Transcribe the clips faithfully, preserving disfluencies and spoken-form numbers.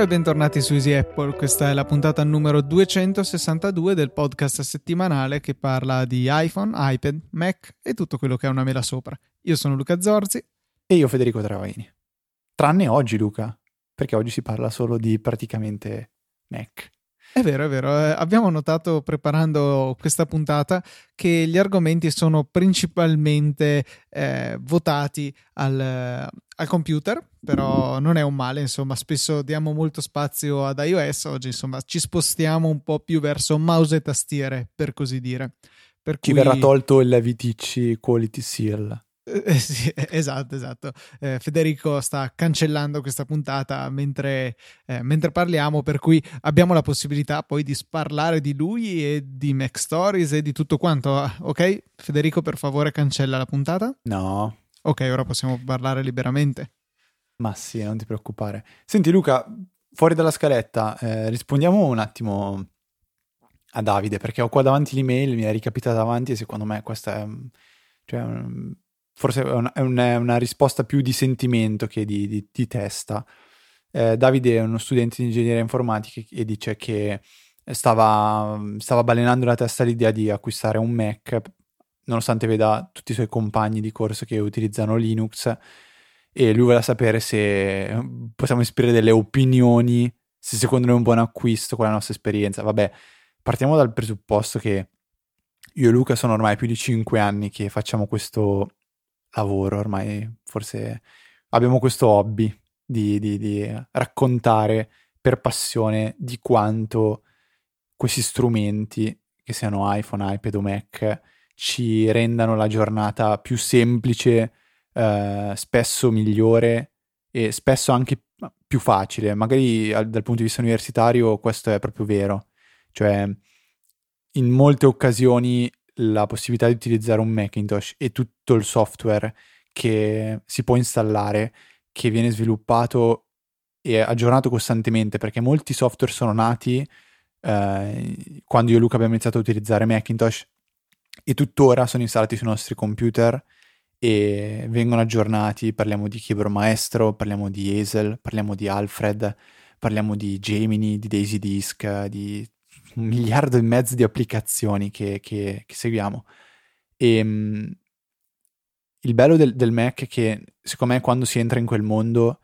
e bentornati su Easy Apple. Questa è la puntata numero duecentosessantadue del podcast settimanale che parla di iPhone, iPad, Mac e tutto quello che ha una mela sopra. Io sono Luca Zorzi. E io Federico Travaini. Tranne oggi, Luca, perché oggi si parla solo di praticamente Mac. È vero, è vero. Eh, abbiamo notato preparando questa puntata che gli argomenti sono principalmente eh, votati al, al computer, però non è un male, insomma, spesso diamo molto spazio ad iOS, oggi insomma ci spostiamo un po' più verso mouse e tastiere, per così dire. Per Ci cui... verrà tolto il V T C Quality Seal. Eh, sì, esatto, esatto. Eh, Federico sta cancellando questa puntata mentre, eh, mentre parliamo, per cui abbiamo la possibilità poi di parlare di lui e di Mac Stories e di tutto quanto. Ok, Federico, per favore cancella la puntata. No. Ok, ora possiamo parlare liberamente. Ma sì, non ti preoccupare. Senti Luca, fuori dalla scaletta, eh, rispondiamo un attimo a Davide, perché ho qua davanti l'email, mi è ricapitata davanti e secondo me questa è... Cioè, forse è una, è una risposta più di sentimento che di, di, di testa. Eh, Davide è uno studente di ingegneria informatica e dice che stava, stava balenando la testa l'idea di acquistare un Mac, nonostante veda tutti i suoi compagni di corso che utilizzano Linux, e lui voleva sapere se possiamo esprimere delle opinioni, se secondo noi è un buon acquisto con la nostra esperienza. Vabbè, partiamo dal presupposto che io e Luca sono ormai più di cinque anni che facciamo questo lavoro, ormai forse abbiamo questo hobby di, di, di raccontare per passione di quanto questi strumenti, che siano iPhone, iPad o Mac, ci rendano la giornata più semplice, eh, spesso migliore e spesso anche più facile. Magari dal punto di vista universitario questo è proprio vero, cioè in molte occasioni la possibilità di utilizzare un Macintosh e tutto il software che si può installare, che viene sviluppato e aggiornato costantemente, perché molti software sono nati eh, quando io e Luca abbiamo iniziato a utilizzare Macintosh e tuttora sono installati sui nostri computer e vengono aggiornati. Parliamo di Keyboard Maestro, parliamo di Hazel, parliamo di Alfred, parliamo di Gemini, di Daisy Disk, di un miliardo e mezzo di applicazioni che, che, che seguiamo. E um, il bello del, del Mac è che secondo me quando si entra in quel mondo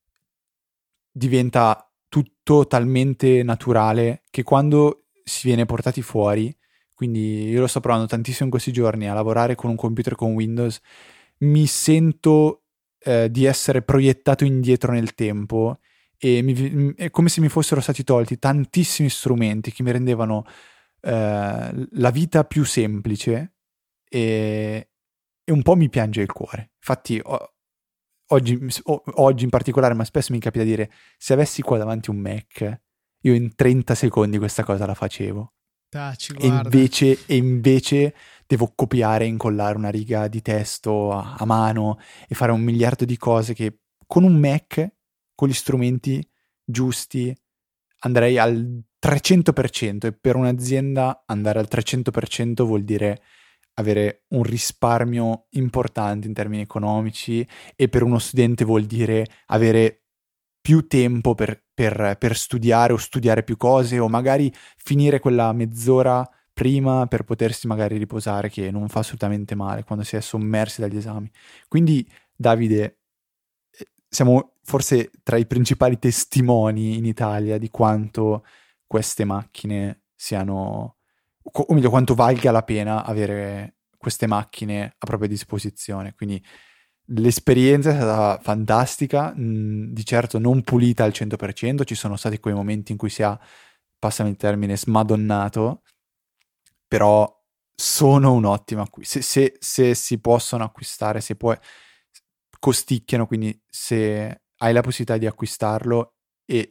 diventa tutto talmente naturale che quando si viene portati fuori, quindi io lo sto provando tantissimo in questi giorni a lavorare con un computer con Windows, mi sento eh, di essere proiettato indietro nel tempo e mi, è come se mi fossero stati tolti tantissimi strumenti che mi rendevano eh, la vita più semplice e, e un po' mi piange il cuore. Infatti o, oggi, o, oggi in particolare, ma spesso mi capita di dire, se avessi qua davanti un Mac io in trenta secondi questa cosa la facevo. Taci, e, invece, e invece devo copiare e incollare una riga di testo a, a mano e fare un miliardo di cose che con un Mac, con gli strumenti giusti, andrei al trecento per cento, e per un'azienda andare al trecento per cento vuol dire avere un risparmio importante in termini economici, e per uno studente vuol dire avere più tempo per, per, per studiare o studiare più cose, o magari finire quella mezz'ora prima per potersi magari riposare, che non fa assolutamente male quando si è sommersi dagli esami. Quindi Davide, siamo forse tra i principali testimoni in Italia di quanto queste macchine siano, o meglio, quanto valga la pena avere queste macchine a propria disposizione. Quindi l'esperienza è stata fantastica, mh, di certo non pulita al cento per cento, ci sono stati quei momenti in cui si ha, passami il termine, smadonnato, però sono un ottimo acquisto. Se, se, se si possono acquistare, se puoi, costicchiano, quindi se hai la possibilità di acquistarlo e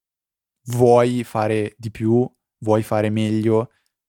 vuoi fare di più, vuoi fare meglio,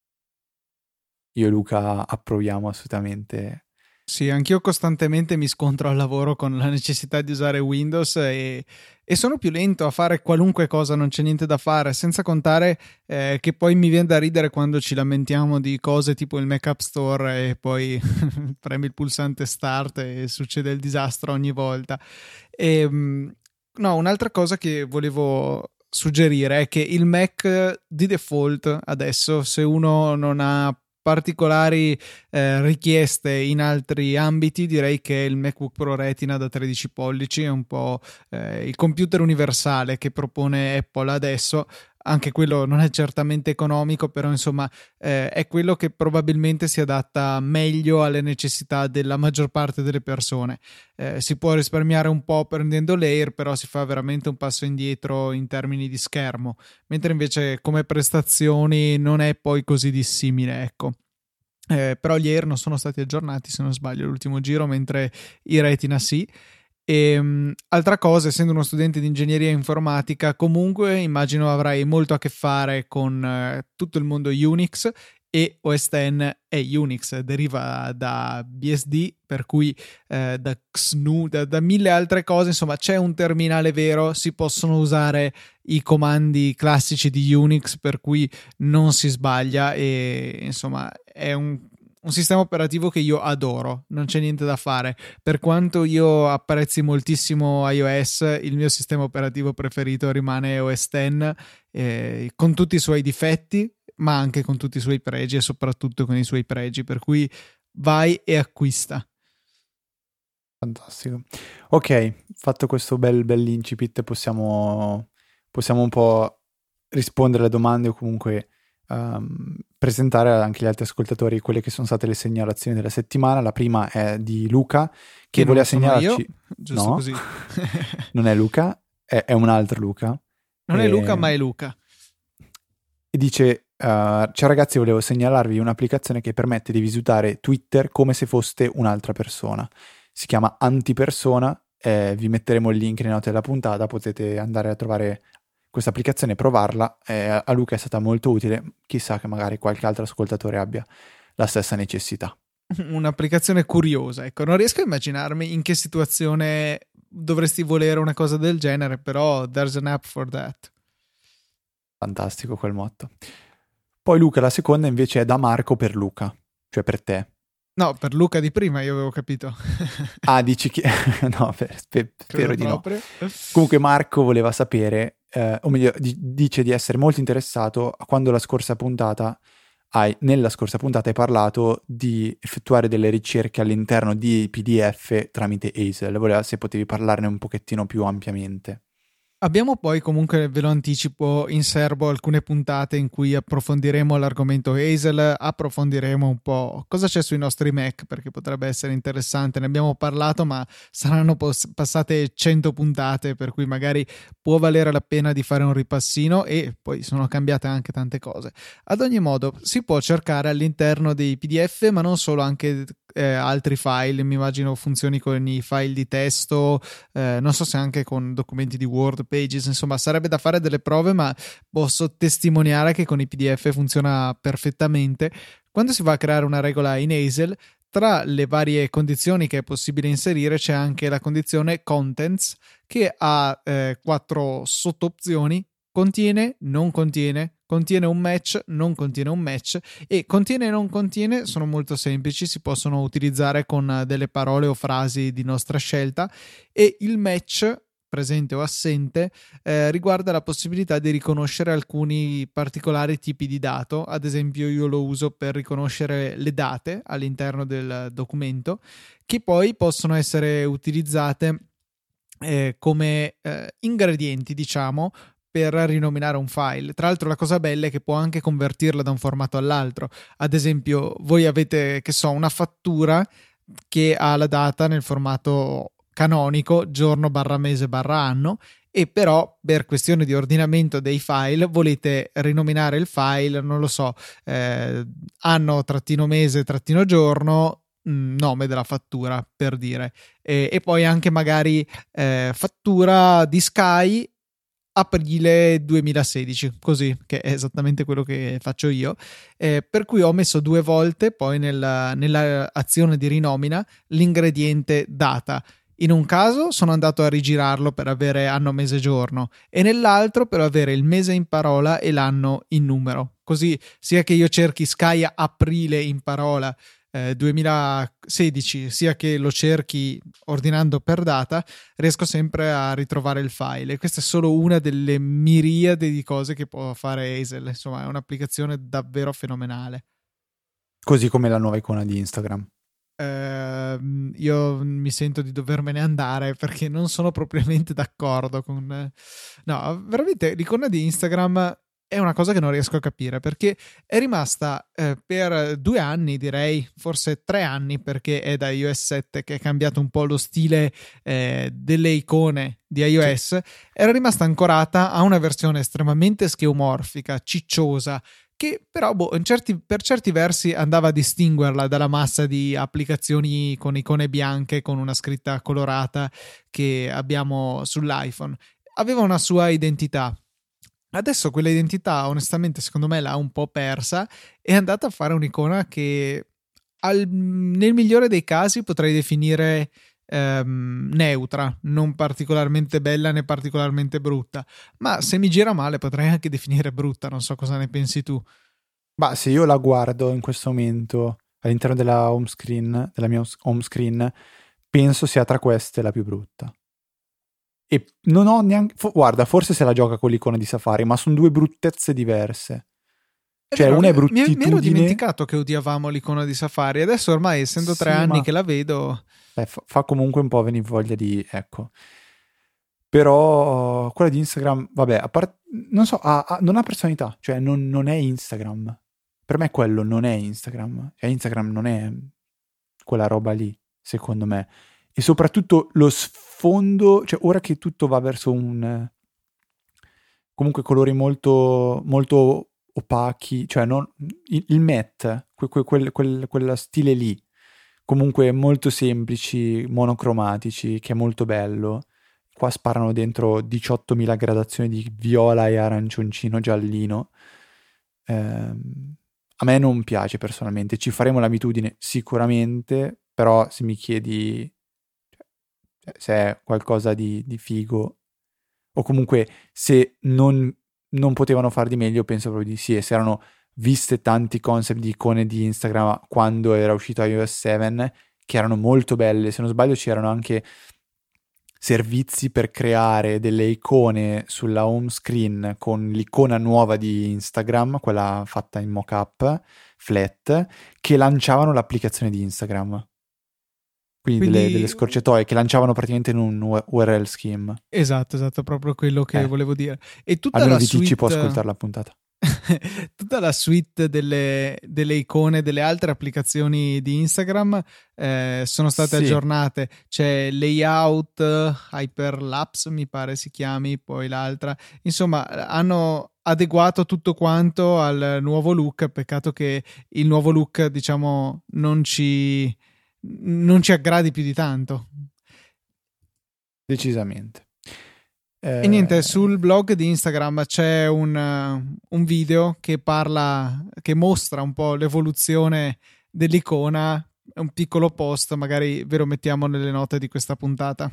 io e Luca approviamo assolutamente. Sì, anch'io costantemente mi scontro al lavoro con la necessità di usare Windows e, e sono più lento a fare qualunque cosa, non c'è niente da fare, senza contare eh, che poi mi viene da ridere quando ci lamentiamo di cose tipo il Mac App Store e poi premi il pulsante Start e succede il disastro ogni volta. E, no, un'altra cosa che volevo suggerire è che il Mac di default adesso, se uno non ha particolari eh, richieste in altri ambiti, direi che il MacBook Pro Retina da tredici pollici è un po' eh, il computer universale che propone Apple adesso. Anche quello non è certamente economico, però insomma eh, è quello che probabilmente si adatta meglio alle necessità della maggior parte delle persone. Eh, si può risparmiare un po' prendendo l'Air, però si fa veramente un passo indietro in termini di schermo, mentre invece come prestazioni non è poi così dissimile, ecco. Eh, però gli Air non sono stati aggiornati, se non sbaglio, l'ultimo giro, mentre i Retina sì. E, um, altra cosa, essendo uno studente di ingegneria informatica, comunque immagino avrai molto a che fare con uh, tutto il mondo Unix, e O S X è Unix, deriva da B S D, per cui eh, da X N U, da, da mille altre cose, insomma c'è un terminale vero, si possono usare i comandi classici di Unix, per cui non si sbaglia, e insomma è un un sistema operativo che io adoro, non c'è niente da fare. Per quanto io apprezzi moltissimo iOS, il mio sistema operativo preferito rimane O S X, eh, con tutti i suoi difetti, ma anche con tutti i suoi pregi, e soprattutto con i suoi pregi, per cui vai e acquista. Fantastico. Ok, fatto questo bel, bel incipit, possiamo, possiamo un po' rispondere alle domande, o comunque Um, presentare anche agli altri ascoltatori quelle che sono state le segnalazioni della settimana. La prima è di Luca, che, che voleva segnalarci io, giusto no, così. Non è Luca, è, è un altro Luca, non e... è Luca ma è Luca, e dice uh, ciao ragazzi, volevo segnalarvi un'applicazione che permette di visitare Twitter come se foste un'altra persona. Si chiama Antipersona, eh, vi metteremo il link nelle note della puntata, potete andare a trovare questa applicazione, provarla. Eh, a Luca è stata molto utile, chissà che magari qualche altro ascoltatore abbia la stessa necessità. Un'applicazione curiosa, ecco, non riesco a immaginarmi in che situazione dovresti volere una cosa del genere, però there's an app for that. Fantastico quel motto. Poi Luca, la seconda invece è da Marco per Luca, cioè per te. No, per Luca di prima io avevo capito. Ah, dici che... no, per, per, spero di proprio. no. Comunque Marco voleva sapere, eh, o meglio, di, dice di essere molto interessato a quando la scorsa puntata, hai, nella scorsa puntata hai parlato di effettuare delle ricerche all'interno di P D F tramite Hazel. Voleva se potevi parlarne un pochettino più ampiamente. Abbiamo poi, comunque ve lo anticipo, in serbo alcune puntate in cui approfondiremo l'argomento Hazel, approfondiremo un po' cosa c'è sui nostri Mac, perché potrebbe essere interessante. Ne abbiamo parlato, ma saranno pos- passate cento puntate, per cui magari può valere la pena di fare un ripassino, e poi sono cambiate anche tante cose. Ad ogni modo, si può cercare all'interno dei P D F, ma non solo, anche eh, altri file. Mi immagino funzioni con i file di testo, eh, non so se anche con documenti di Word, Pages, insomma sarebbe da fare delle prove, ma posso testimoniare che con i P D F funziona perfettamente. Quando si va a creare una regola in Hazel, tra le varie condizioni che è possibile inserire c'è anche la condizione contents, che ha eh, quattro sottoopzioni: contiene, non contiene, contiene un match, non contiene un match, e contiene e non contiene sono molto semplici, si possono utilizzare con delle parole o frasi di nostra scelta, e il match, presente o assente, eh, riguarda la possibilità di riconoscere alcuni particolari tipi di dato. Ad esempio io lo uso per riconoscere le date all'interno del documento, che poi possono essere utilizzate eh, come eh, ingredienti, diciamo, per rinominare un file. Tra l'altro la cosa bella è che può anche convertirla da un formato all'altro. Ad esempio voi avete, che so, una fattura che ha la data nel formato canonico, giorno barra mese barra anno, e però per questione di ordinamento dei file volete rinominare il file, non lo so, eh, anno trattino mese trattino giorno, mh, nome della fattura, per dire, e, e poi anche magari eh, fattura di Sky aprile duemilasedici, così, che è esattamente quello che faccio io, eh, per cui ho messo due volte poi nella, nella azione di rinomina l'ingrediente data. In un caso sono andato a rigirarlo per avere anno, mese, giorno, e nell'altro per avere il mese in parola e l'anno in numero. Così sia che io cerchi Sky aprile in parola eh, duemilasedici, sia che lo cerchi ordinando per data, riesco sempre a ritrovare il file, e questa è solo una delle miriadi di cose che può fare Hazel. Insomma, è un'applicazione davvero fenomenale. Così come la nuova icona di Instagram. Uh, io mi sento di dovermene andare perché non sono propriamente d'accordo con... No, veramente l'icona di Instagram è una cosa che non riesco a capire, perché è rimasta eh, per due anni, direi, forse tre anni, perché è da iOS sette che è cambiato un po' lo stile eh, delle icone di iOS. Sì. Era rimasta ancorata a una versione estremamente scheomorfica, cicciosa, che però boh, in certi, per certi versi andava a distinguerla dalla massa di applicazioni con icone bianche con una scritta colorata che abbiamo sull'iPhone. Aveva una sua identità. Adesso quella identità, onestamente, secondo me l'ha un po' persa, e è andata a fare un'icona che al, nel migliore dei casi potrei definire ehm, neutra, non particolarmente bella né particolarmente brutta, ma se mi gira male potrei anche definire brutta. Non so cosa ne pensi tu. Ma se io la guardo in questo momento all'interno della home screen, della mia home screen, penso sia tra queste la più brutta. E non ho neanche... Guarda, forse se la gioca con l'icona di Safari, ma sono due bruttezze diverse. È cioè, vero, una è mi, bruttitudine... mi ero dimenticato che odiavamo l'icona di Safari. Adesso ormai, essendo sì, tre anni ma... che la vedo... Beh, fa, fa comunque un po' venire voglia di... Ecco. Però quella di Instagram, vabbè, a part... non so, ha, ha, non ha personalità. Cioè, non, non è Instagram. Per me quello non è Instagram. Cioè, Instagram non è quella roba lì, secondo me. E soprattutto lo sfondo, cioè ora che tutto va verso un comunque colori molto molto opachi, cioè non il, il matte, quel, quel, quel, quel stile lì, comunque molto semplici, monocromatici, che è molto bello. Qua sparano dentro diciottomila gradazioni di viola e arancioncino giallino. Ehm, a me non piace personalmente, ci faremo l'abitudine sicuramente, però se mi chiedi se è qualcosa di, di figo, o comunque se non, non potevano far di meglio, penso proprio di sì. E se erano viste tanti concept di icone di Instagram quando era uscito iOS sette, che erano molto belle. Se non sbaglio c'erano anche servizi per creare delle icone sulla home screen con l'icona nuova di Instagram, quella fatta in mock-up flat, che lanciavano l'applicazione di Instagram. Quindi, Quindi... Delle, delle scorciatoie che lanciavano praticamente in un U R L scheme. Esatto, esatto, proprio quello che eh. volevo dire. E tutta Almeno la V T C suite... può ascoltare la puntata. Tutta la suite delle, delle icone delle altre applicazioni di Instagram eh, sono state sì. aggiornate. C'è Layout, Hyperlapse mi pare si chiami, poi l'altra. Insomma, hanno adeguato tutto quanto al nuovo look. Peccato che il nuovo look, diciamo, non ci... non ci aggradi più di tanto. Decisamente. Eh... E niente, sul blog di Instagram c'è un, uh, un video che parla, che mostra un po' l'evoluzione dell'icona, un piccolo post, magari ve lo mettiamo nelle note di questa puntata.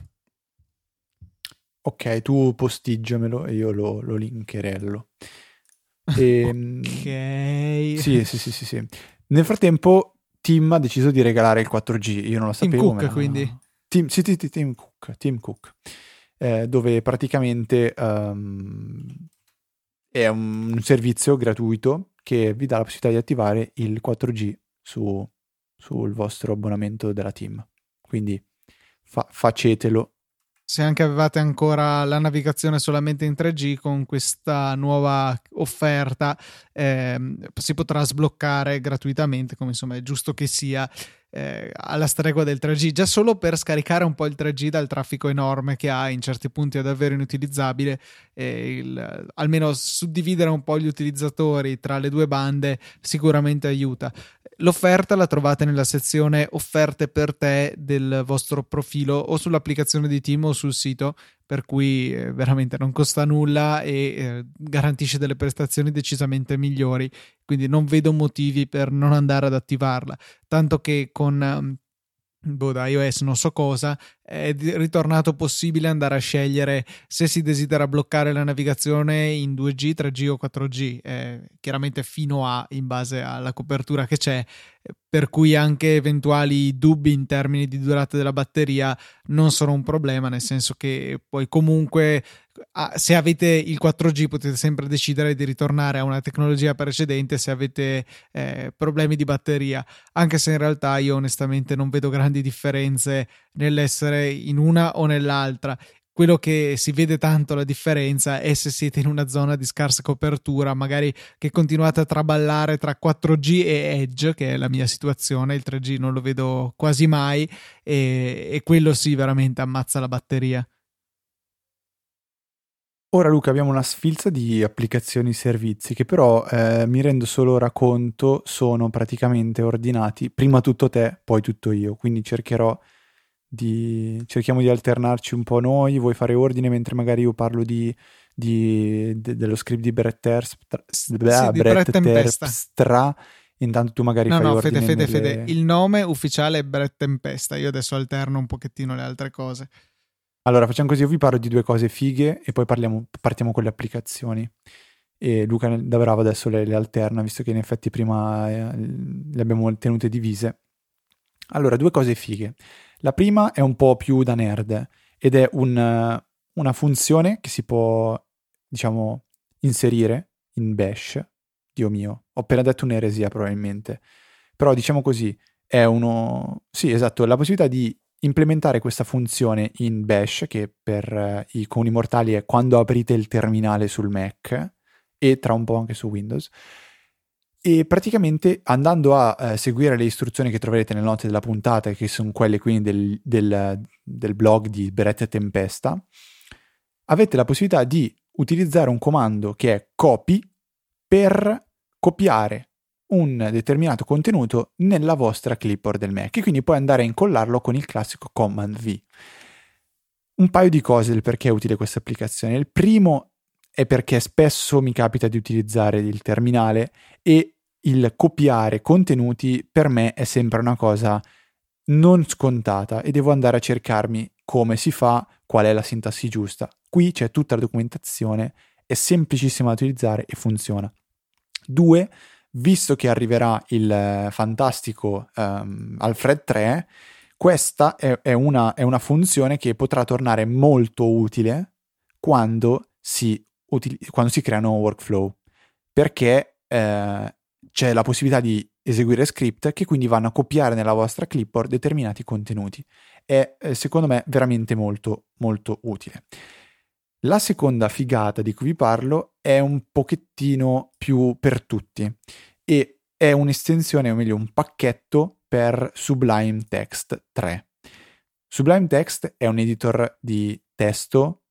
Ok, tu postiggiamelo e io lo, lo linkerello. E, ok. Sì, sì, sì, sì, sì. Nel frattempo Tim ha deciso di regalare il quattro G, io non lo sapevo. Tim Cook, ma... quindi. Tim, sì, sì, Tim Cook, Tim Cook. Eh, dove praticamente um, è un servizio gratuito che vi dà la possibilità di attivare il quattro G su, sul vostro abbonamento della Tim. Quindi fa- facetelo. Se anche avevate ancora la navigazione solamente in tre G, con questa nuova offerta eh, si potrà sbloccare gratuitamente, come insomma è giusto che sia, eh, alla stregua del tre G, già solo per scaricare un po' il tre G dal traffico enorme che ha, in certi punti è davvero inutilizzabile, e il, almeno suddividere un po' gli utilizzatori tra le due bande sicuramente aiuta. L'offerta la trovate nella sezione offerte per te del vostro profilo o sull'applicazione di Tim o sul sito, per cui eh, veramente non costa nulla e eh, garantisce delle prestazioni decisamente migliori, quindi non vedo motivi per non andare ad attivarla, tanto che con boh, da iOS non so cosa è ritornato possibile andare a scegliere se si desidera bloccare la navigazione in due G, tre G o quattro G, eh, chiaramente fino a, in base alla copertura che c'è, per cui anche eventuali dubbi in termini di durata della batteria non sono un problema, nel senso che poi comunque se avete il quattro G potete sempre decidere di ritornare a una tecnologia precedente se avete eh, problemi di batteria, anche se in realtà io onestamente non vedo grandi differenze nell'essere in una o nell'altra. Quello che si vede tanto la differenza è se siete in una zona di scarsa copertura, magari che continuate a traballare tra quattro G e Edge, che è la mia situazione. Il tre G non lo vedo quasi mai e, e quello sì veramente ammazza la batteria. Ora Luca abbiamo una sfilza di applicazioni e servizi che però eh, mi rendo solo ora conto sono praticamente ordinati prima tutto te, poi tutto io, quindi cercherò di cerchiamo di alternarci un po' noi, vuoi fare ordine mentre magari io parlo di, di de, dello script di Brett Terpstra, sì, di Brett Terpstra, intanto tu magari no, fai no, ordine fede, fede, nelle... fede, il nome ufficiale è Brett Tempesta, io adesso alterno un pochettino le altre cose. Allora facciamo così, io vi parlo di due cose fighe e poi parliamo, partiamo con le applicazioni. E Luca da bravo adesso le, le alterna, visto che in effetti prima eh, le abbiamo tenute divise. Allora, due cose fighe. La prima è un po' più da nerd ed è un, una funzione che si può, diciamo, inserire in Bash. Dio mio, ho appena detto un'eresia probabilmente. Però diciamo così, è uno... Sì, esatto, la possibilità di implementare questa funzione in Bash, che per eh, i comuni mortali è quando aprite il terminale sul Mac e tra un po' anche su Windows. E praticamente andando a eh, seguire le istruzioni che troverete nelle note della puntata, che sono quelle quindi del, del, del blog di Brett Tempesta, avete la possibilità di utilizzare un comando che è copy per copiare un determinato contenuto nella vostra clipboard del Mac e quindi puoi andare a incollarlo con il classico Command V. Un paio di cose del perché è utile questa applicazione. Il primo è perché spesso mi capita di utilizzare il terminale e il copiare contenuti per me è sempre una cosa non scontata e devo andare a cercarmi come si fa, qual è la sintassi giusta. Qui c'è tutta la documentazione, è semplicissima da utilizzare e funziona. Due, visto che arriverà il fantastico um, Alfred tre, questa è, è, una, è una funzione che potrà tornare molto utile quando si, utili- quando si creano workflow, perché eh, c'è la possibilità di eseguire script che quindi vanno a copiare nella vostra clipboard determinati contenuti. È eh, secondo me veramente molto molto utile. La seconda figata di cui vi parlo è un pochettino più per tutti e è un'estensione, o meglio un pacchetto per Sublime Text tre. Sublime Text è un editor di testo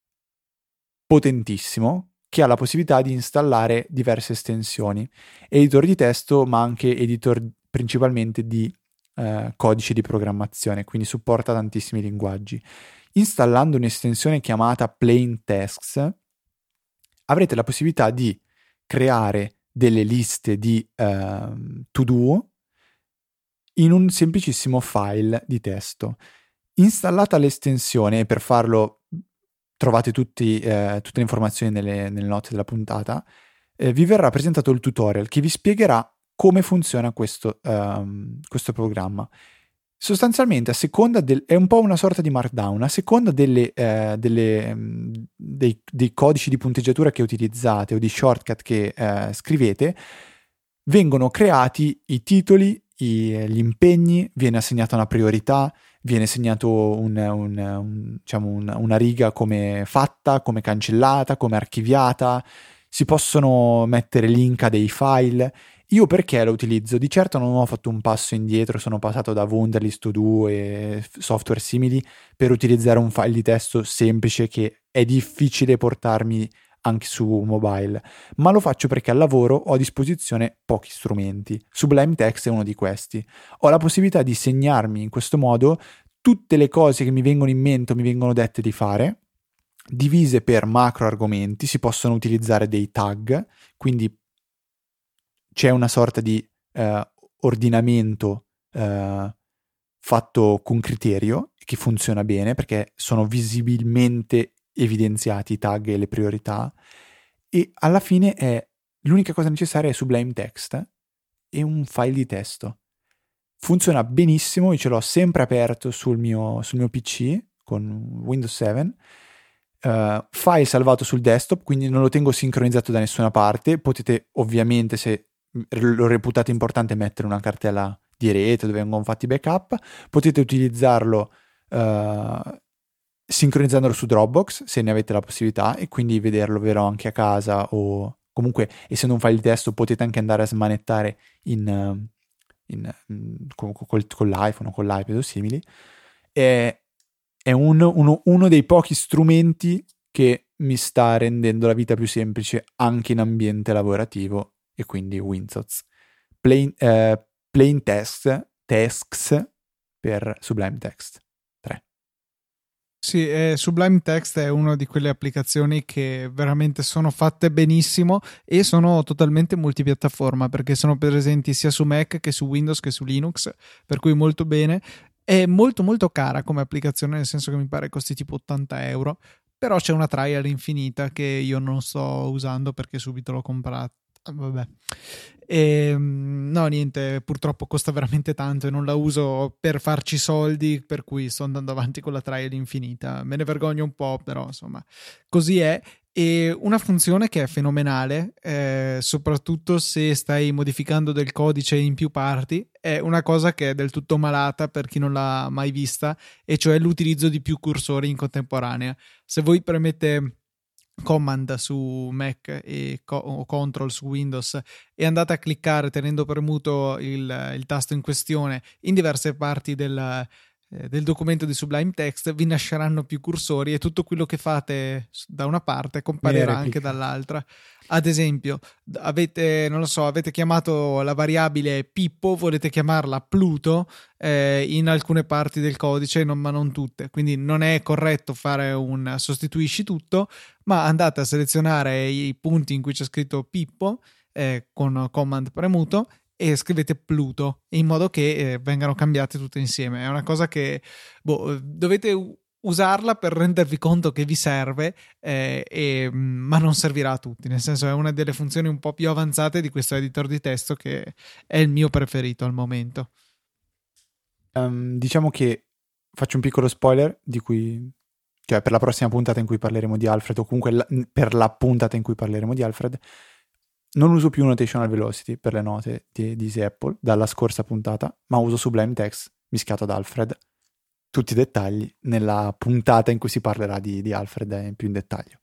potentissimo che ha la possibilità di installare diverse estensioni, editor di testo ma anche editor principalmente di eh, codice di programmazione, quindi supporta tantissimi linguaggi. Installando un'estensione chiamata Plain Tasks avrete la possibilità di creare delle liste di uh, to-do in un semplicissimo file di testo. Installata l'estensione, e per farlo trovate tutti, eh, tutte le informazioni nelle, nelle note della puntata, eh, vi verrà presentato il tutorial che vi spiegherà come funziona questo, um, questo programma. Sostanzialmente a seconda del, è un po' una sorta di markdown, a seconda delle, eh, delle, dei, dei codici di punteggiatura che utilizzate o di shortcut che eh, scrivete, vengono creati i titoli, i, gli impegni, viene assegnata una priorità, viene segnato un, un, un, diciamo un, una riga come fatta, come cancellata, come archiviata, si possono mettere link a dei file. Io perché lo utilizzo? Di certo non ho fatto un passo indietro, sono passato da Wunderlist, To-Do e software simili per utilizzare un file di testo semplice che è difficile portarmi anche su mobile, ma lo faccio perché al lavoro ho a disposizione pochi strumenti. Sublime Text è uno di questi. Ho la possibilità di segnarmi in questo modo tutte le cose che mi vengono in mente o mi vengono dette di fare, divise per macro argomenti, si possono utilizzare dei tag, quindi c'è una sorta di eh, ordinamento eh, fatto con criterio e che funziona bene perché sono visibilmente evidenziati i tag e le priorità, e alla fine è l'unica cosa necessaria è Sublime Text e un file di testo. Funziona benissimo, io ce l'ho sempre aperto sul mio, sul mio P C con Windows sette, uh, file salvato sul desktop, quindi non lo tengo sincronizzato da nessuna parte. Potete ovviamente, se lo reputate importante, mettere una cartella di rete dove vengono fatti backup. Potete utilizzarlo uh, sincronizzandolo su Dropbox se ne avete la possibilità, e quindi vederlo vero anche a casa, o comunque essendo un file di testo potete anche andare a smanettare in, in, in, con, con, con l'iPhone o con l'iPad o simili. È, è un, uno, uno dei pochi strumenti che mi sta rendendo la vita più semplice anche in ambiente lavorativo, e quindi Windows. Plain, eh, plain text, tasks per Sublime Text tre. Sì, eh, Sublime Text è una di quelle applicazioni che veramente sono fatte benissimo e sono totalmente multipiattaforma, perché sono presenti sia su Mac che su Windows che su Linux, per cui molto bene. È molto molto cara come applicazione, nel senso che mi pare costi tipo ottanta euro, però c'è una trial infinita che io non sto usando perché subito l'ho comprata. Vabbè. E, no, niente, purtroppo costa veramente tanto e non la uso per farci soldi, per cui sto andando avanti con la trial infinita. Me ne vergogno un po', però insomma così è. E una funzione che è fenomenale, eh, soprattutto se stai modificando del codice in più parti, è una cosa che è del tutto malata per chi non l'ha mai vista, e cioè l'utilizzo di più cursori in contemporanea. Se voi premete Command su Mac e co- o Control su Windows e andate a cliccare tenendo premuto il, il tasto in questione in diverse parti del, eh, del documento di Sublime Text, vi nasceranno più cursori e tutto quello che fate da una parte comparirà anche dall'altra. Ad esempio, avete, non lo so, avete chiamato la variabile Pippo, volete chiamarla Pluto eh, in alcune parti del codice, non, ma non tutte. Quindi non è corretto fare un sostituisci tutto, ma andate a selezionare i punti in cui c'è scritto Pippo eh, con command premuto e scrivete Pluto, in modo che eh, vengano cambiate tutte insieme. È una cosa che boh, dovete usarla per rendervi conto che vi serve, eh, e, ma non servirà a tutti, nel senso è una delle funzioni un po' più avanzate di questo editor di testo, che è il mio preferito al momento. Um, diciamo che faccio un piccolo spoiler di cui, cioè per la prossima puntata in cui parleremo di Alfred, o comunque la, per la puntata in cui parleremo di Alfred, non uso più Notational Velocity per le note di, di Easy Apple dalla scorsa puntata, ma uso Sublime Text mischiato ad Alfred. Tutti i dettagli nella puntata in cui si parlerà di, di Alfred in più in dettaglio.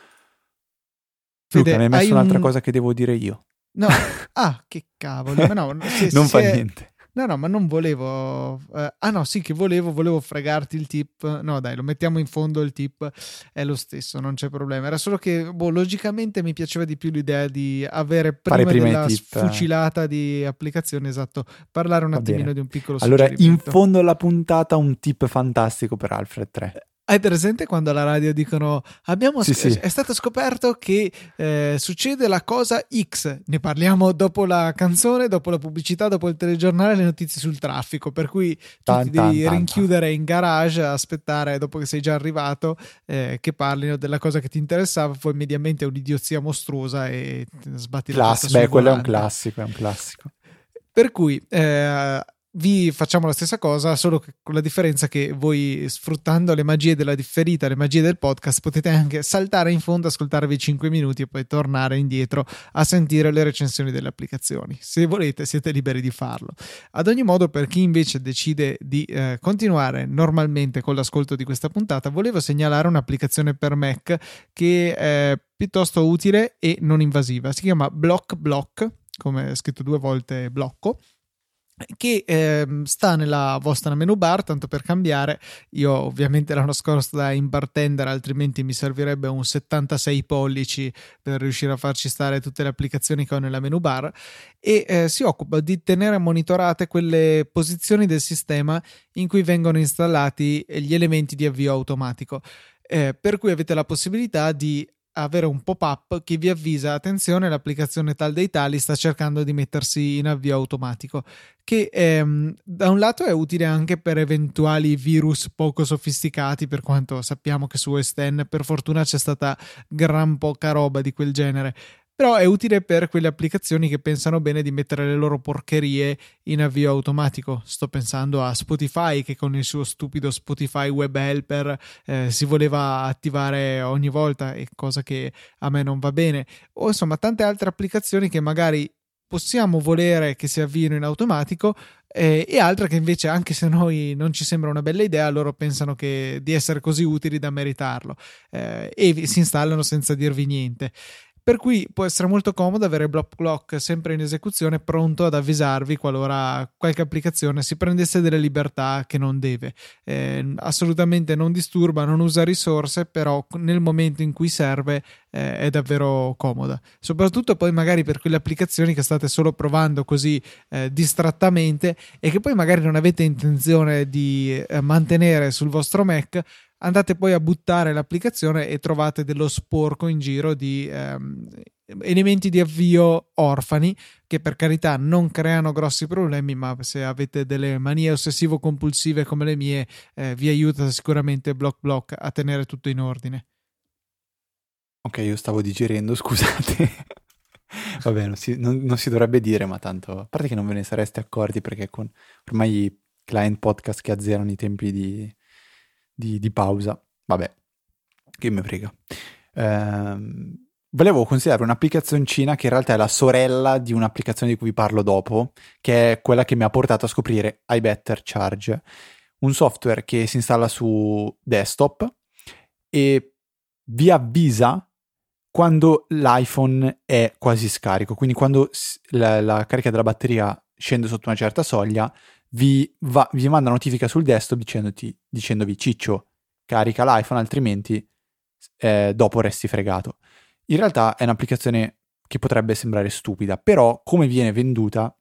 Luca, ne hai messo un'altra un... cosa che devo dire io? No, ah, che cavolo, ma no, se, non se fa è... niente. No, no, ma non volevo... Eh, ah no, sì che volevo, volevo fregarti il tip. No dai, lo mettiamo in fondo il tip, è lo stesso, non c'è problema. Era solo che, boh, logicamente mi piaceva di più l'idea di avere prima, prima della tip, sfucilata di applicazioni, esatto, parlare un Va attimino bene. di un piccolo allora, suggerimento. In fondo alla puntata un tip fantastico per Alfred tre. Hai presente quando alla radio dicono abbiamo sì, sc- sì. è stato scoperto che eh, succede la cosa X, ne parliamo dopo la canzone, dopo la pubblicità, dopo il telegiornale, le notizie sul traffico, per cui tu tan, ti devi tan, rinchiudere tan. in garage, aspettare dopo che sei già arrivato eh, che parlino della cosa che ti interessava, poi mediamente è un'idiozia mostruosa e sbatti la Class, testa beh, sul quello volante. è un classico, è un classico. Per cui eh, vi facciamo la stessa cosa, solo che con la differenza che voi, sfruttando le magie della differita, le magie del podcast, potete anche saltare in fondo, ascoltarvi cinque minuti e poi tornare indietro a sentire le recensioni delle applicazioni. Se volete siete liberi di farlo. Ad ogni modo, per chi invece decide di eh, continuare normalmente con l'ascolto di questa puntata, volevo segnalare un'applicazione per Mac che è piuttosto utile e non invasiva. Si chiama Block Block, come è scritto due volte blocco, che eh, sta nella vostra menu bar, tanto per cambiare. Io ovviamente l'ho nascosto da in bartender, altrimenti mi servirebbe un settantasei pollici per riuscire a farci stare tutte le applicazioni che ho nella menu bar, e eh, si occupa di tenere monitorate quelle posizioni del sistema in cui vengono installati gli elementi di avvio automatico, eh, per cui avete la possibilità di avere un pop-up che vi avvisa: attenzione, l'applicazione tal dei tali sta cercando di mettersi in avvio automatico, che ehm, da un lato è utile anche per eventuali virus poco sofisticati, per quanto sappiamo che su O S X per fortuna c'è stata gran poca roba di quel genere. Però è utile per quelle applicazioni che pensano bene di mettere le loro porcherie in avvio automatico. Sto pensando a Spotify, che con il suo stupido Spotify Web Helper eh, si voleva attivare ogni volta, e cosa che a me non va bene. O insomma tante altre applicazioni che magari possiamo volere che si avviino in automatico, eh, e altre che invece, anche se a noi non ci sembra una bella idea, loro pensano che di essere così utili da meritarlo, eh, e si installano senza dirvi niente. Per cui può essere molto comodo avere BlockBlock sempre in esecuzione, pronto ad avvisarvi qualora qualche applicazione si prendesse delle libertà che non deve. Eh, assolutamente non disturba, non usa risorse, però nel momento in cui serve eh, è davvero comoda. Soprattutto poi magari per quelle applicazioni che state solo provando così eh, distrattamente e che poi magari non avete intenzione di eh, mantenere sul vostro Mac. Andate poi a buttare l'applicazione e trovate dello sporco in giro di ehm, elementi di avvio orfani, che per carità non creano grossi problemi, ma se avete delle manie ossessivo-compulsive come le mie, eh, vi aiuta sicuramente BlockBlock a tenere tutto in ordine. Ok, io stavo digerendo, scusate. Vabbè, non si, non, non si dovrebbe dire, ma tanto, a parte che non ve ne sareste accorti, perché con ormai i client podcast che azzerano i tempi di... Di, di pausa, vabbè, che mi frega. Ehm, volevo considerare un'applicazioncina che in realtà è la sorella di un'applicazione di cui vi parlo dopo, che è quella che mi ha portato a scoprire iBetterCharge, un software che si installa su desktop e vi avvisa quando l'iPhone è quasi scarico, quindi quando la, la carica della batteria scende sotto una certa soglia, Vi, va, vi manda notifica sul desktop dicendoti, dicendovi: Ciccio, carica l'iPhone, altrimenti eh, dopo resti fregato. In realtà è un'applicazione che potrebbe sembrare stupida, però come viene venduta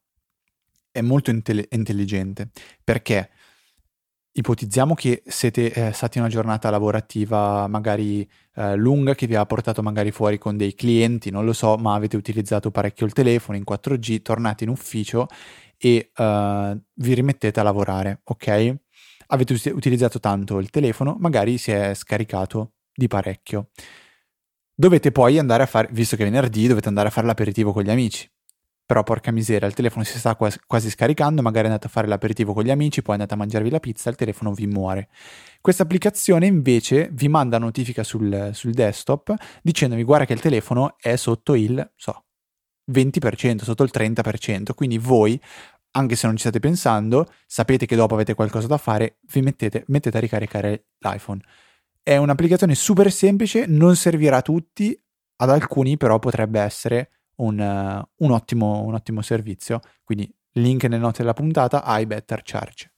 è molto intelli- intelligente, perché ipotizziamo che siete eh, stati in una giornata lavorativa magari eh, lunga, che vi ha portato magari fuori con dei clienti, non lo so, ma avete utilizzato parecchio il telefono in quattro G, tornate in ufficio e uh, vi rimettete a lavorare, ok? Avete us- utilizzato tanto il telefono, magari si è scaricato di parecchio. Dovete poi andare a fare, visto che è venerdì, dovete andare a fare l'aperitivo con gli amici. Però porca miseria, il telefono si sta quasi, quasi scaricando, magari andate a fare l'aperitivo con gli amici, poi andate a mangiarvi la pizza, il telefono vi muore. Questa applicazione invece vi manda notifica sul, sul desktop dicendovi: guarda che il telefono è sotto il, so, venti per cento, sotto il trenta per cento, quindi voi, anche se non ci state pensando, sapete che dopo avete qualcosa da fare, vi mettete, mettete a ricaricare l'iPhone. È un'applicazione super semplice, non servirà a tutti, ad alcuni però potrebbe essere un, uh, un, ottimo, un ottimo servizio, quindi link nelle note della puntata, iBetterCharge.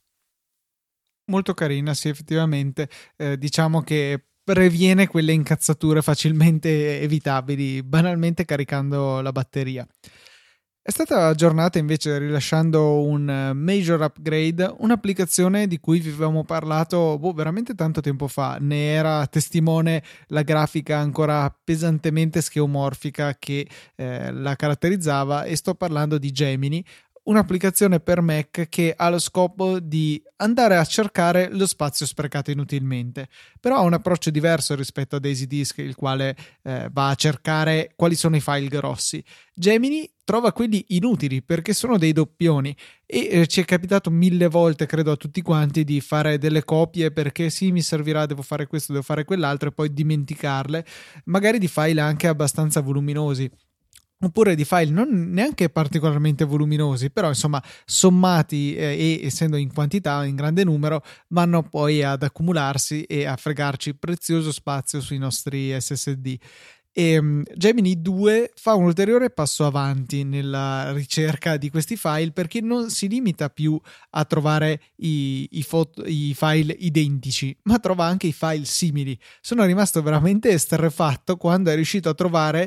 Molto carina, sì, effettivamente, eh, diciamo che previene quelle incazzature facilmente evitabili, banalmente caricando la batteria. È stata aggiornata invece, rilasciando un major upgrade, un'applicazione di cui vi avevamo parlato boh, veramente tanto tempo fa. Ne era testimone la grafica ancora pesantemente scheomorfica che eh, la caratterizzava, e sto parlando di Gemini, un'applicazione per Mac che ha lo scopo di andare a cercare lo spazio sprecato inutilmente, però ha un approccio diverso rispetto a DaisyDisk, il quale eh, va a cercare quali sono i file grossi. Gemini trova quelli inutili perché sono dei doppioni, e eh, ci è capitato mille volte, credo a tutti quanti, di fare delle copie perché sì, mi servirà, devo fare questo, devo fare quell'altro, e poi dimenticarle, magari di file anche abbastanza voluminosi, oppure di file non neanche particolarmente voluminosi, però insomma sommati eh, e essendo in quantità, in grande numero, vanno poi ad accumularsi e a fregarci prezioso spazio sui nostri S S D. E um, Gemini due fa un ulteriore passo avanti nella ricerca di questi file, perché non si limita più a trovare i, i, foto, i file identici, ma trova anche i file simili. Sono rimasto veramente esterrefatto quando è riuscito a trovare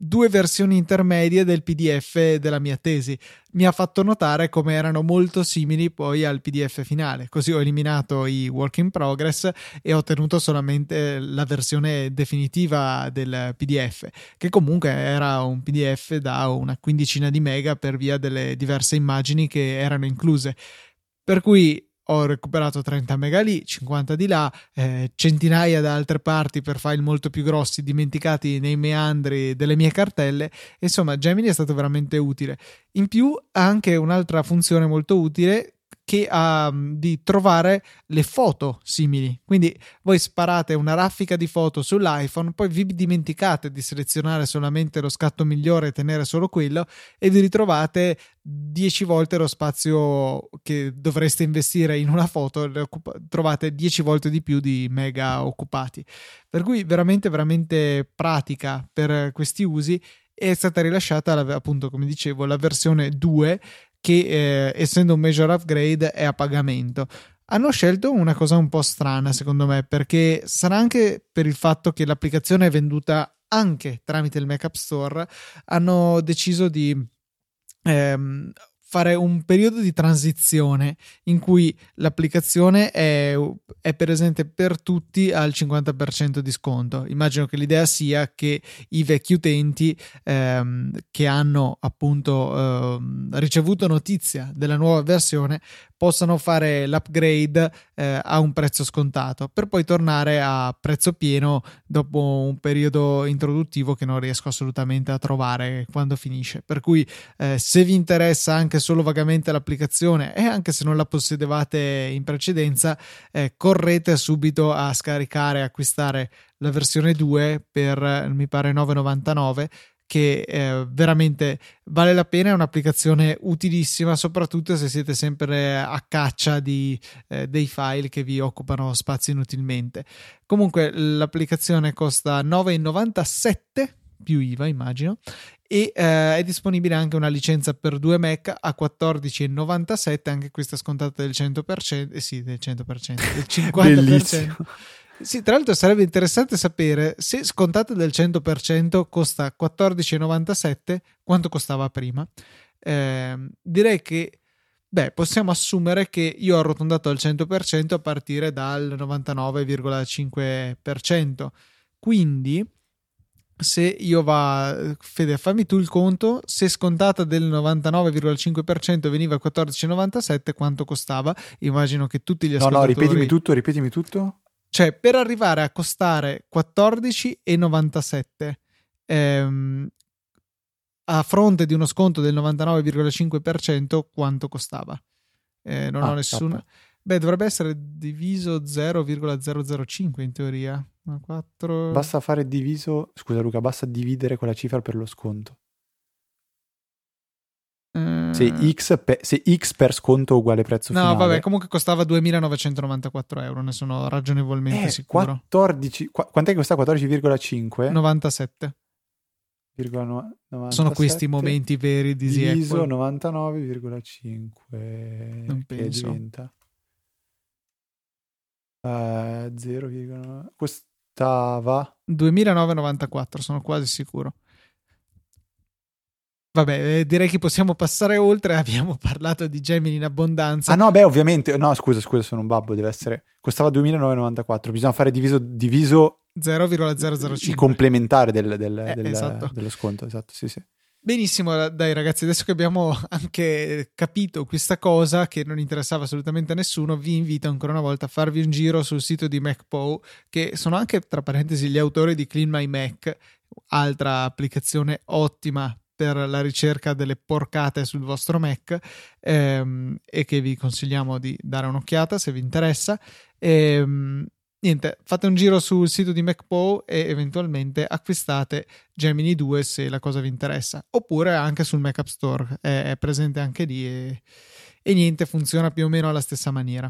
due versioni intermedie del P D F della mia tesi. Mi ha fatto notare come erano molto simili poi al P D F finale, così ho eliminato i work in progress e ho ottenuto solamente la versione definitiva del P D F, che comunque era un P D F da una quindicina di mega per via delle diverse immagini che erano incluse, per cui ho recuperato trenta mega lì, cinquanta di là, eh, centinaia da altre parti per file molto più grossi dimenticati nei meandri delle mie cartelle. Insomma, Gemini è stato veramente utile. In più ha anche un'altra funzione molto utile, che ha di trovare le foto simili. Quindi voi sparate una raffica di foto sull'iPhone, poi vi dimenticate di selezionare solamente lo scatto migliore e tenere solo quello, e vi ritrovate dieci volte lo spazio che dovreste investire in una foto, trovate dieci volte di più di mega occupati. Per cui veramente veramente pratica per questi usi. È stata rilasciata, appunto, come dicevo, la versione due, che eh, essendo un major upgrade è a pagamento. Hanno scelto una cosa un po' strana secondo me, perché sarà anche per il fatto che l'applicazione è venduta anche tramite il Mac App Store, hanno deciso di ehm, fare un periodo di transizione in cui l'applicazione è, è presente per tutti al cinquanta per cento di sconto. Immagino che l'idea sia che i vecchi utenti ehm, che hanno appunto ehm, ricevuto notizia della nuova versione possano fare l'upgrade eh, a un prezzo scontato, per poi tornare a prezzo pieno dopo un periodo introduttivo che non riesco assolutamente a trovare quando finisce. Per cui eh, se vi interessa anche solo vagamente l'applicazione, e anche se non la possedevate in precedenza, eh, correte subito a scaricare e acquistare la versione due per, mi pare, nove e novantanove, che eh, veramente vale la pena. È un'applicazione utilissima, soprattutto se siete sempre a caccia di, eh, dei file che vi occupano spazio inutilmente. Comunque l'applicazione costa nove e novantasette più I V A, immagino, e eh, è disponibile anche una licenza per due Mac a quattordici e novantasette, anche questa scontata del cento per cento, eh sì, del cento per cento, del cinquanta per cento. Sì, tra l'altro sarebbe interessante sapere se scontata del cento per cento costa quattordici e novantasette, quanto costava prima. Eh, direi che beh, possiamo assumere che io ho arrotondato al cento per cento a partire dal novantanove virgola cinque per cento. Quindi se io va, Fede, fammi tu il conto, se scontata del novantanove virgola cinque per cento veniva quattordici e novantasette, quanto costava? Immagino che tutti gli ascoltatori... No, no, ripetimi tutto, ripetimi tutto. Cioè, per arrivare a costare quattordici e novantasette ehm, a fronte di uno sconto del novantanove virgola cinque per cento, quanto costava? Eh, non ah, ho nessuna... Tappa. Beh, dovrebbe essere diviso zero virgola zero zero cinque in teoria. quattro... Basta fare diviso... Scusa Luca, basta dividere quella cifra per lo sconto. Se X, pe, se X per sconto uguale prezzo no, finale. No, vabbè, comunque costava duemilanovecentonovantaquattro euro, ne sono ragionevolmente eh, sicuro. quattordici, qu- quant'è che costa? quattordici virgola cinque? novantasette. novantasette. Sono questi i momenti veri di diviso Apple. novantanove virgola cinque. Non che penso. diventa uh, zero virgola nove. Costava duemilanovecentonovantaquattro, sono quasi sicuro. Vabbè, eh, direi che possiamo passare oltre. Abbiamo parlato di Gemini in abbondanza. Ah no, beh, ovviamente. No, scusa, scusa, sono un babbo. Deve essere. Costava duemilanovecentonovantaquattro. Bisogna fare diviso, diviso zero virgola zero zero cinque. Il complementare del, del, eh, del, esatto. dello sconto. Esatto, sì, sì. Benissimo, dai ragazzi, adesso che abbiamo anche capito questa cosa che non interessava assolutamente a nessuno, vi invito ancora una volta a farvi un giro sul sito di MacPow, che sono anche, tra parentesi, gli autori di Clean My Mac, altra applicazione ottima per la ricerca delle porcate sul vostro Mac, ehm, e che vi consigliamo di dare un'occhiata se vi interessa. Ehm, niente, fate un giro sul sito di MacPow e eventualmente acquistate Gemini due se la cosa vi interessa, oppure anche sul Mac App Store, è, è presente anche lì, e, e niente, funziona più o meno alla stessa maniera.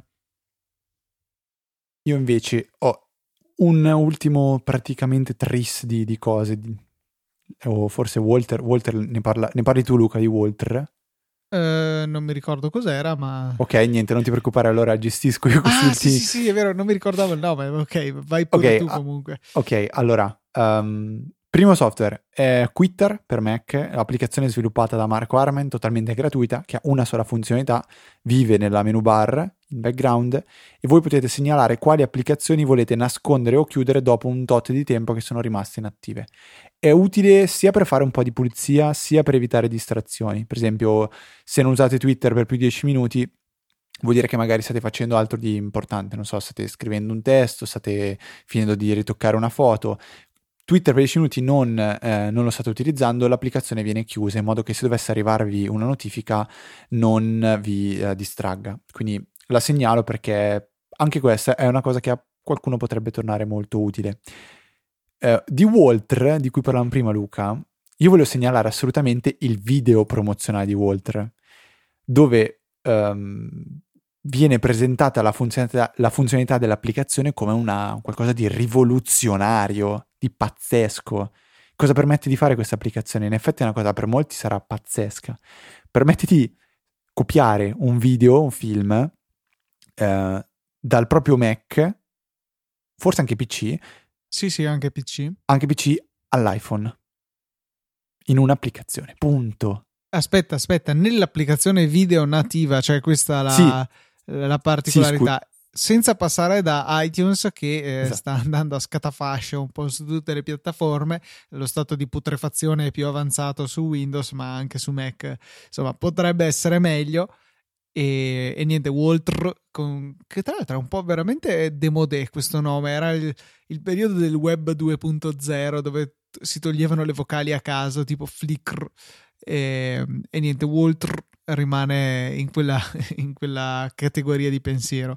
Io invece ho un ultimo praticamente tris di, di cose di... o forse Walter, Walter ne, parla, ne parli tu Luca di Walter? Uh, non mi ricordo cos'era, ma... Ok, niente, non ti preoccupare, allora gestisco io questi ah, ultimi... sì, sì, sì, è vero, non mi ricordavo il nome, ok, vai pure okay, tu comunque. Ok, allora, um, Primo software è Quitter per Mac, l'applicazione sviluppata da Marco Arment, totalmente gratuita, che ha una sola funzionalità, vive nella menu bar in background e voi potete segnalare quali applicazioni volete nascondere o chiudere dopo un tot di tempo che sono rimaste inattive. È utile sia per fare un po' di pulizia, sia per evitare distrazioni. Per esempio, se non usate Twitter per più di dieci minuti, vuol dire che magari state facendo altro di importante, non so, state scrivendo un testo, state finendo di ritoccare una foto. Twitter per dieci minuti non, eh, non lo state utilizzando, l'applicazione viene chiusa in modo che se dovesse arrivarvi una notifica non vi eh, distragga. Quindi la segnalo perché anche questa è una cosa che a qualcuno potrebbe tornare molto utile. Uh, di Walter, di cui parlavamo prima Luca, io voglio segnalare assolutamente il video promozionale di Walter, dove um, viene presentata la funzionalità, la funzionalità dell'applicazione come una, qualcosa di rivoluzionario, di pazzesco. Cosa permette di fare questa applicazione? In effetti è una cosa per molti sarà pazzesca. Permette di copiare un video, un film, eh, dal proprio Mac, forse anche P C. Sì, sì, anche P C. Anche P C all'iPhone. In un'applicazione, punto. Aspetta, aspetta, nell'applicazione video nativa, cioè questa la, sì. la particolarità, sì, senza passare da iTunes che eh, esatto. sta andando a scatafascio un po' su tutte le piattaforme, lo stato di putrefazione è più avanzato su Windows ma anche su Mac, insomma potrebbe essere meglio. E, e niente, Walter, con, che tra l'altro è un po' veramente démodé questo nome, era il, il periodo del web due punto zero dove si toglievano le vocali a caso tipo Flickr e, e niente, Walter rimane in quella, in quella categoria di pensiero.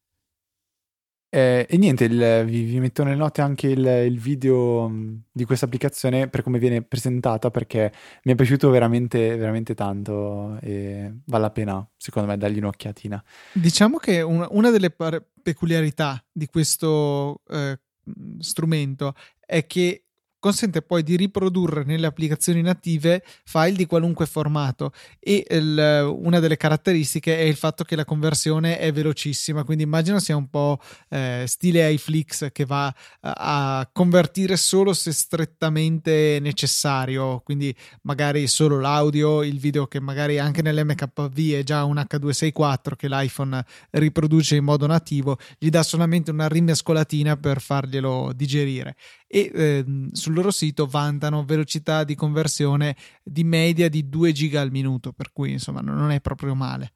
Eh, e niente, il, vi, vi metto nelle note anche il, il video mh, di questa applicazione per come viene presentata, perché mi è piaciuto veramente, veramente tanto e vale la pena, secondo me, dargli un'occhiatina. Diciamo che una, una delle par- peculiarità di questo eh, strumento è che consente poi di riprodurre nelle applicazioni native file di qualunque formato e il, una delle caratteristiche è il fatto che la conversione è velocissima, quindi immagino sia un po' eh, stile iFlix che va a, a convertire solo se strettamente necessario, quindi magari solo l'audio, il video che magari anche nell'M K V è già un H duecentosessantaquattro che l'iPhone riproduce in modo nativo, gli dà solamente una rimescolatina per farglielo digerire. E eh, sul loro sito vantano velocità di conversione di media di due giga al minuto, per cui insomma non è proprio male.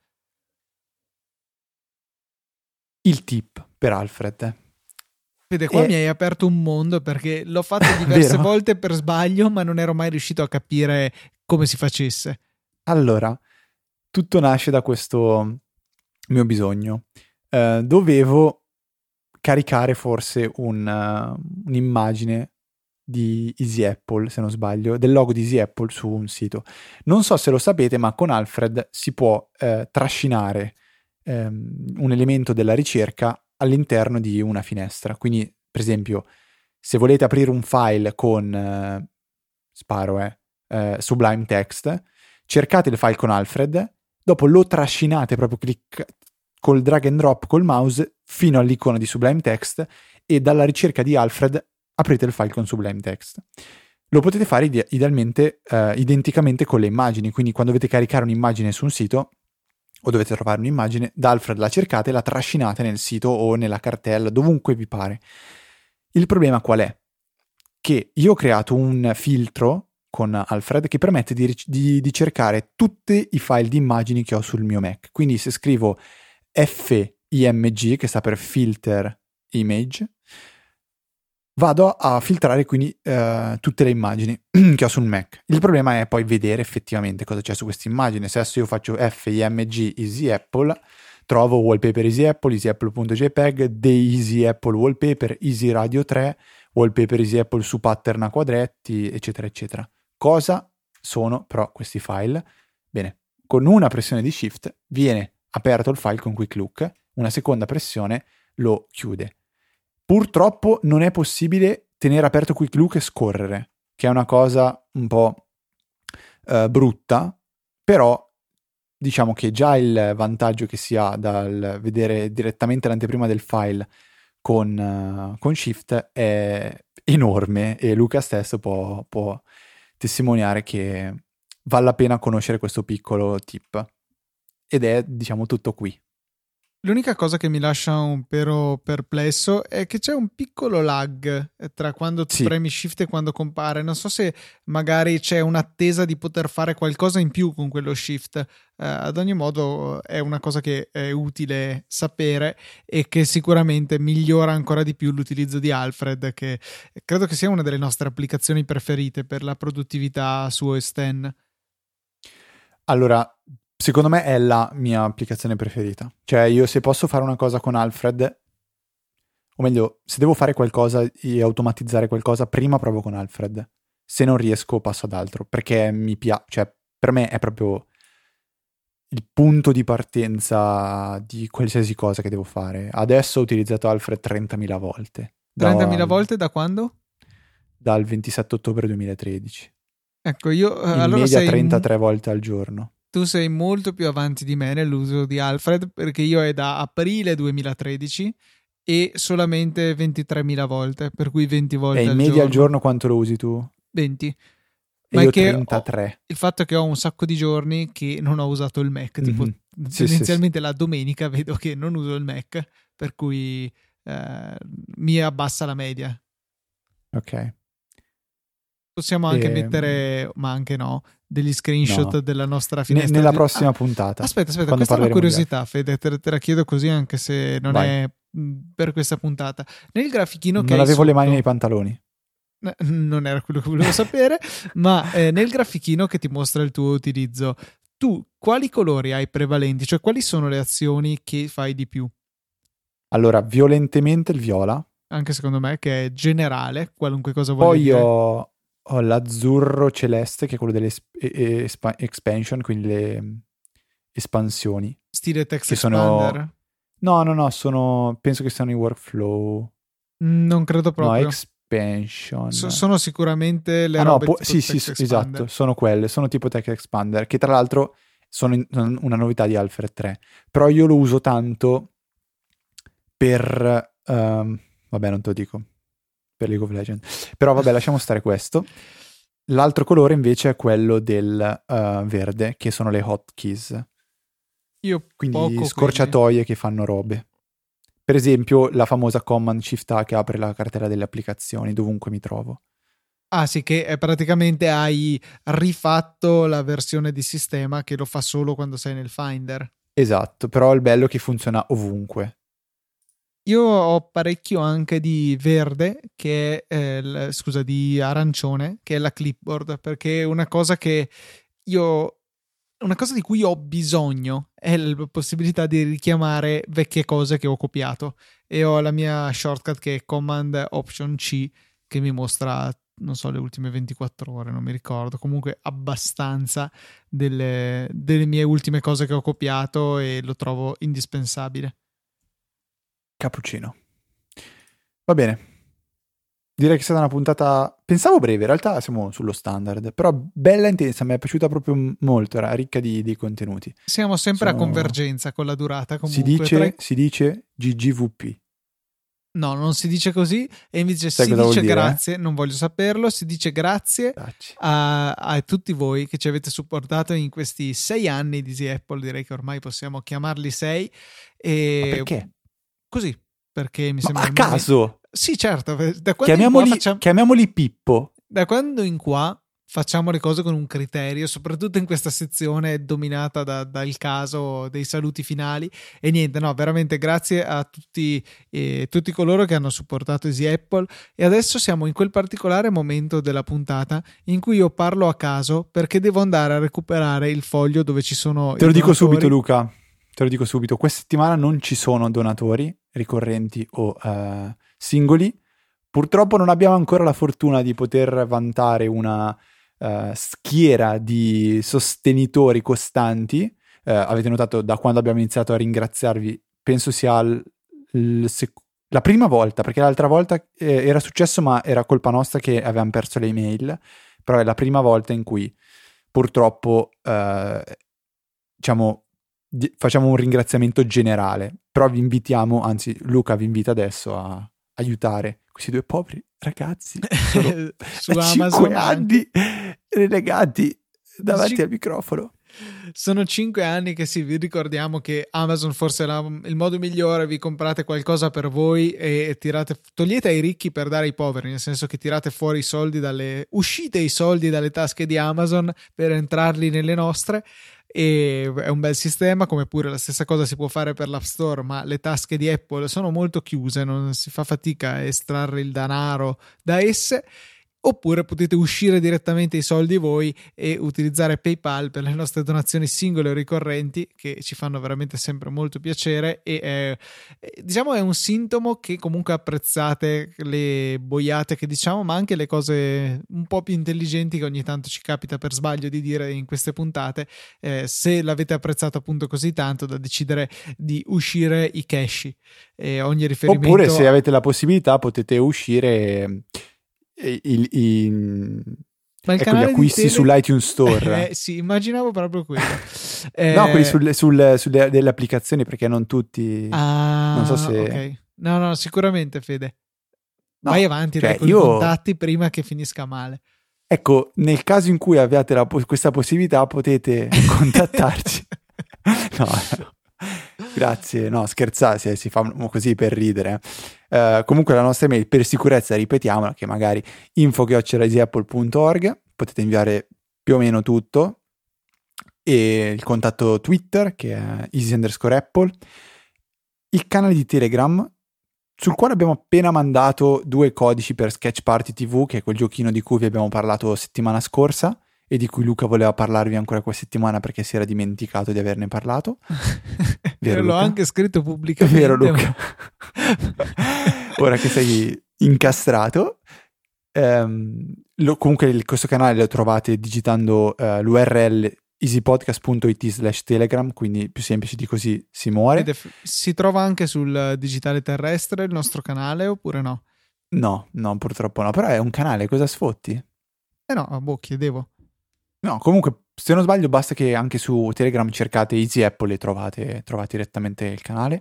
Il tip per Alfred. Vede, qua e... mi hai aperto un mondo, perché l'ho fatto diverse volte per sbaglio, ma non ero mai riuscito a capire come si facesse. Allora, tutto nasce da questo mio bisogno. Uh, dovevo caricare forse un, uh, un'immagine di Easy Apple, se non sbaglio, del logo di Easy Apple su un sito. Non so se lo sapete, ma con Alfred si può eh, trascinare ehm, un elemento della ricerca all'interno di una finestra. Quindi, per esempio, se volete aprire un file con, eh, sparo, eh, eh, Sublime Text, cercate il file con Alfred, dopo lo trascinate proprio clic- col drag and drop col mouse fino all'icona di Sublime Text e dalla ricerca di Alfred aprite il file con Sublime Text. Lo potete fare ide- idealmente uh, identicamente con le immagini, quindi quando dovete caricare un'immagine su un sito o dovete trovare un'immagine, da Alfred la cercate e la trascinate nel sito o nella cartella, dovunque vi pare. Il problema qual è? Che io ho creato un filtro con Alfred che permette di, di, di cercare tutti i file di immagini che ho sul mio Mac. Quindi se scrivo F I M G, che sta per Filter Image, vado a filtrare quindi uh, tutte le immagini che ho sul Mac. Il problema è poi vedere effettivamente cosa c'è su questa immagine. Se adesso io faccio F I M G Easy Apple, trovo wallpaper Easy Apple, easyapple.jpg, dei Easy Apple wallpaper, Easy Radio tre, wallpaper Easy Apple su pattern a quadretti, eccetera, eccetera. Cosa sono però questi file? Bene, con una pressione di Shift viene aperto il file con Quick Look, una seconda pressione lo chiude. Purtroppo non è possibile tenere aperto Quick Look e scorrere, che è una cosa un po' uh, brutta, però diciamo che già il vantaggio che si ha dal vedere direttamente l'anteprima del file con, uh, con Shift è enorme, e Luca stesso può, può testimoniare che vale la pena conoscere questo piccolo tip, ed è, diciamo, tutto qui. L'unica cosa che mi lascia un pelo perplesso è che c'è un piccolo lag tra quando tu Sì. premi Shift e quando compare. Non so se magari c'è un'attesa di poter fare qualcosa in più con quello Shift. Eh, ad ogni modo è una cosa che è utile sapere e che sicuramente migliora ancora di più l'utilizzo di Alfred, che credo che sia una delle nostre applicazioni preferite per la produttività su O S X. Allora, secondo me è la mia applicazione preferita. Cioè, io se posso fare una cosa con Alfred, o meglio, se devo fare qualcosa e automatizzare qualcosa, prima provo con Alfred. Se non riesco, passo ad altro, perché mi piace, cioè, per me è proprio il punto di partenza di qualsiasi cosa che devo fare. Adesso ho utilizzato Alfred trentamila volte. trentamila volte da quando? Dal ventisette ottobre duemilatredici. Ecco, io In allora media sei trentatré volte al giorno. Tu sei molto più avanti di me nell'uso di Alfred, perché io è da aprile duemilatredici e solamente ventitremila volte, per cui venti volte E in al media giorno. al giorno quanto lo usi tu? venti. E Ma io è che trentatré. ho, il fatto è che ho un sacco di giorni che non ho usato il Mac, Mm-hmm. tipo sì, tendenzialmente sì, la domenica vedo che non uso il Mac, per cui eh, mi abbassa la media. Ok. Possiamo anche e... mettere, ma anche no, degli screenshot no. della nostra finestra. Ne- nella di... prossima ah, puntata. Aspetta, aspetta, questa è una curiosità, Fede, te, te la chiedo così anche se non Vai. è per questa puntata. Nel grafichino non che avevo hai le mani sotto, nei pantaloni. non era quello che volevo sapere, ma eh, nel grafichino che ti mostra il tuo utilizzo, tu quali colori hai prevalenti? Cioè quali sono le azioni che fai di più? Allora, violentemente il viola. Anche secondo me che è generale, qualunque cosa voglia Poi dire. ho, ho l'azzurro celeste, che è quello delle esp- esp- expansion, quindi le espansioni. Stile text che expander? Sono... No, no, no, sono... penso che siano i workflow. Non credo proprio. No, expansion. So, sono sicuramente le ah, robe no, po- tipo sì, sì, text sì, expander. esatto, sono quelle, sono tipo text expander, che tra l'altro sono in- una novità di Alfred tre. Però io lo uso tanto per... Um, vabbè, non te lo dico. Per League of Legends. Però vabbè, lasciamo stare questo. L'altro colore invece è quello del uh, verde, che sono le hotkeys. Io Quindi poco, scorciatoie quindi. che fanno robe. Per esempio la famosa Command Shift A che apre la cartella delle applicazioni dovunque mi trovo. Ah sì, che è praticamente hai rifatto la versione di sistema che lo fa solo quando sei nel Finder. Esatto, però il bello è che funziona ovunque. Io ho parecchio anche di verde, che è, eh, il, scusa, di arancione, che è la clipboard, perché è una cosa che io... Una cosa di cui ho bisogno è la possibilità di richiamare vecchie cose che ho copiato, e ho la mia shortcut che è Command Option C, che mi mostra, non so, le ultime ventiquattro ore, non mi ricordo, comunque abbastanza delle, delle mie ultime cose che ho copiato, e lo trovo indispensabile. Cappuccino. Va bene. Direi che è stata una puntata, pensavo breve, in realtà siamo sullo standard, però bella intensa, mi è piaciuta proprio molto, era ricca di, di contenuti. Siamo sempre Sono... a convergenza con la durata, comunque. Si dice, tra... si dice G G V P. No, non si dice così, e invece Sai si cosa dice vuol dire, grazie, eh? Non voglio saperlo, si dice grazie a, a tutti voi che ci avete supportato in questi sei anni di Easy Apple, direi che ormai possiamo chiamarli sei. E... Ma perché? Così, perché mi Ma sembra... a caso? Sì, certo, da quando Chiamiamoli, in qua facciamo... chiamiamoli Pippo. Da quando in qua facciamo le cose con un criterio, soprattutto in questa sezione dominata da, dal caso dei saluti finali. E niente, no, veramente grazie a tutti, eh, tutti coloro che hanno supportato Easy Apple. E adesso siamo in quel particolare momento della puntata in cui io parlo a caso, perché devo andare a recuperare il foglio dove ci sono... Te lo dico donatori. subito, Luca, te lo dico subito, questa settimana non ci sono donatori ricorrenti o uh, singoli. Purtroppo non abbiamo ancora la fortuna di poter vantare una Uh, schiera di sostenitori costanti. Uh, avete notato da quando abbiamo iniziato a ringraziarvi, penso sia l- l- sec- la prima volta, perché l'altra volta eh, era successo ma era colpa nostra che avevamo perso le email, però è la prima volta in cui purtroppo uh, diciamo di- facciamo un ringraziamento generale, però vi invitiamo, anzi Luca vi invita adesso a aiutare questi due poveri ragazzi sono su da Amazon cinque anche. anni relegati davanti Cin- al microfono. Sono cinque anni che sì, vi ricordiamo che Amazon forse è la- il modo migliore, vi comprate qualcosa per voi e tirate, togliete ai ricchi per dare ai poveri, nel senso che tirate fuori i soldi dalle, uscite i soldi dalle tasche di Amazon per entrarli nelle nostre, e è un bel sistema. Come pure la stessa cosa si può fare per l'App Store, ma le tasche di Apple sono molto chiuse, non si fa fatica a estrarre il denaro da esse. Oppure potete uscire direttamente i soldi voi e utilizzare PayPal per le nostre donazioni singole o ricorrenti, che ci fanno veramente sempre molto piacere, e è, diciamo è un sintomo che comunque apprezzate le boiate che diciamo, ma anche le cose un po' più intelligenti che ogni tanto ci capita per sbaglio di dire in queste puntate, eh, se l'avete apprezzato appunto così tanto da decidere di uscire i cash e ogni riferimento. Oppure se avete la possibilità potete uscire I, i, i, Ma il ecco, gli acquisti tele... sull'iTunes Store. Eh, sì, immaginavo proprio quello. Eh... No, quelli sulle, sulle, sulle delle applicazioni, perché non tutti. Ah, non so se. Okay. No, no, sicuramente, Fede. No, vai avanti, cioè, dai, con io... i contatti prima che finisca male. Ecco, nel caso in cui abbiate la, questa possibilità, potete contattarci. No, no. Grazie, no, scherzate, si fa così per ridere. Uh, comunque la nostra email, per sicurezza ripetiamola, che magari info chiocciola easy apple punto org, potete inviare più o meno tutto, e il contatto Twitter che è easy underscore apple, il canale di Telegram sul quale abbiamo appena mandato due codici per Sketch Party ti vu, che è quel giochino di cui vi abbiamo parlato settimana scorsa e di cui Luca voleva parlarvi ancora questa settimana perché si era dimenticato di averne parlato. Vero, l'ho Luca? Anche scritto pubblicamente. Vero, Luca? Ora che sei incastrato, ehm, lo, comunque il, questo canale lo trovate digitando uh, l'U R L easypodcast punto it slash telegram, quindi più semplice di così si muore. Ed è, si trova anche sul digitale terrestre il nostro canale oppure no? No, no, purtroppo no, però è un canale, cosa sfotti? Eh no, boh, chiedevo. No, comunque, se non sbaglio, basta che anche su Telegram cercate Easy Apple e trovate, trovate direttamente il canale.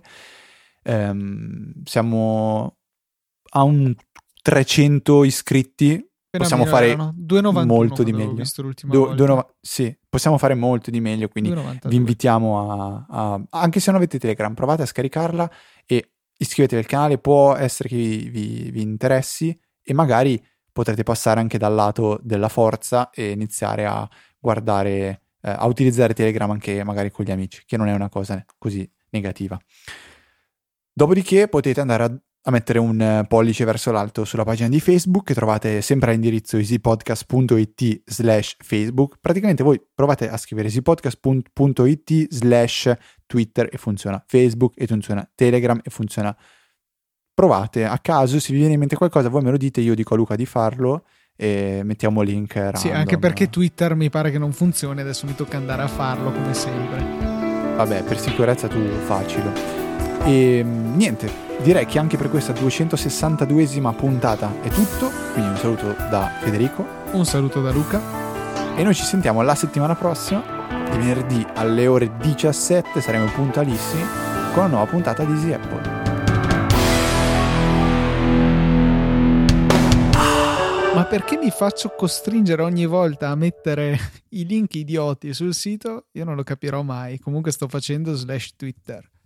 Um, siamo a un trecento iscritti. Appena possiamo fare due virgola novantuno molto di meglio. Visto l'ultima du- volta. due, sì, possiamo fare molto di meglio, quindi due virgola novantadue. Vi invitiamo a, a... Anche se non avete Telegram, provate a scaricarla e iscrivetevi al canale, può essere che vi, vi, vi interessi e magari potrete passare anche dal lato della forza e iniziare a guardare, eh, a utilizzare Telegram anche magari con gli amici, che non è una cosa così negativa. Dopodiché potete andare a, a mettere un pollice verso l'alto sulla pagina di Facebook, che trovate sempre all'indirizzo easypodcast punto it slash Facebook. Praticamente voi provate a scrivere easypodcast punto it slash Twitter e funziona Facebook, e funziona Telegram e funziona. Provate a caso, se vi viene in mente qualcosa voi me lo dite, io dico a Luca di farlo e mettiamo link random. Sì, anche perché Twitter mi pare che non funzioni, adesso mi tocca andare a farlo come sempre. Vabbè, per sicurezza tu facilo. E niente, direi che anche per questa duecentosessantaduesima puntata è tutto, quindi un saluto da Federico, un saluto da Luca e noi ci sentiamo la settimana prossima, di venerdì alle ore diciassette, saremo puntualissimi con una nuova puntata di Easy Apple. Ma perché mi faccio costringere ogni volta a mettere i link idioti sul sito? Io non lo capirò mai. Comunque sto facendo slash Twitter.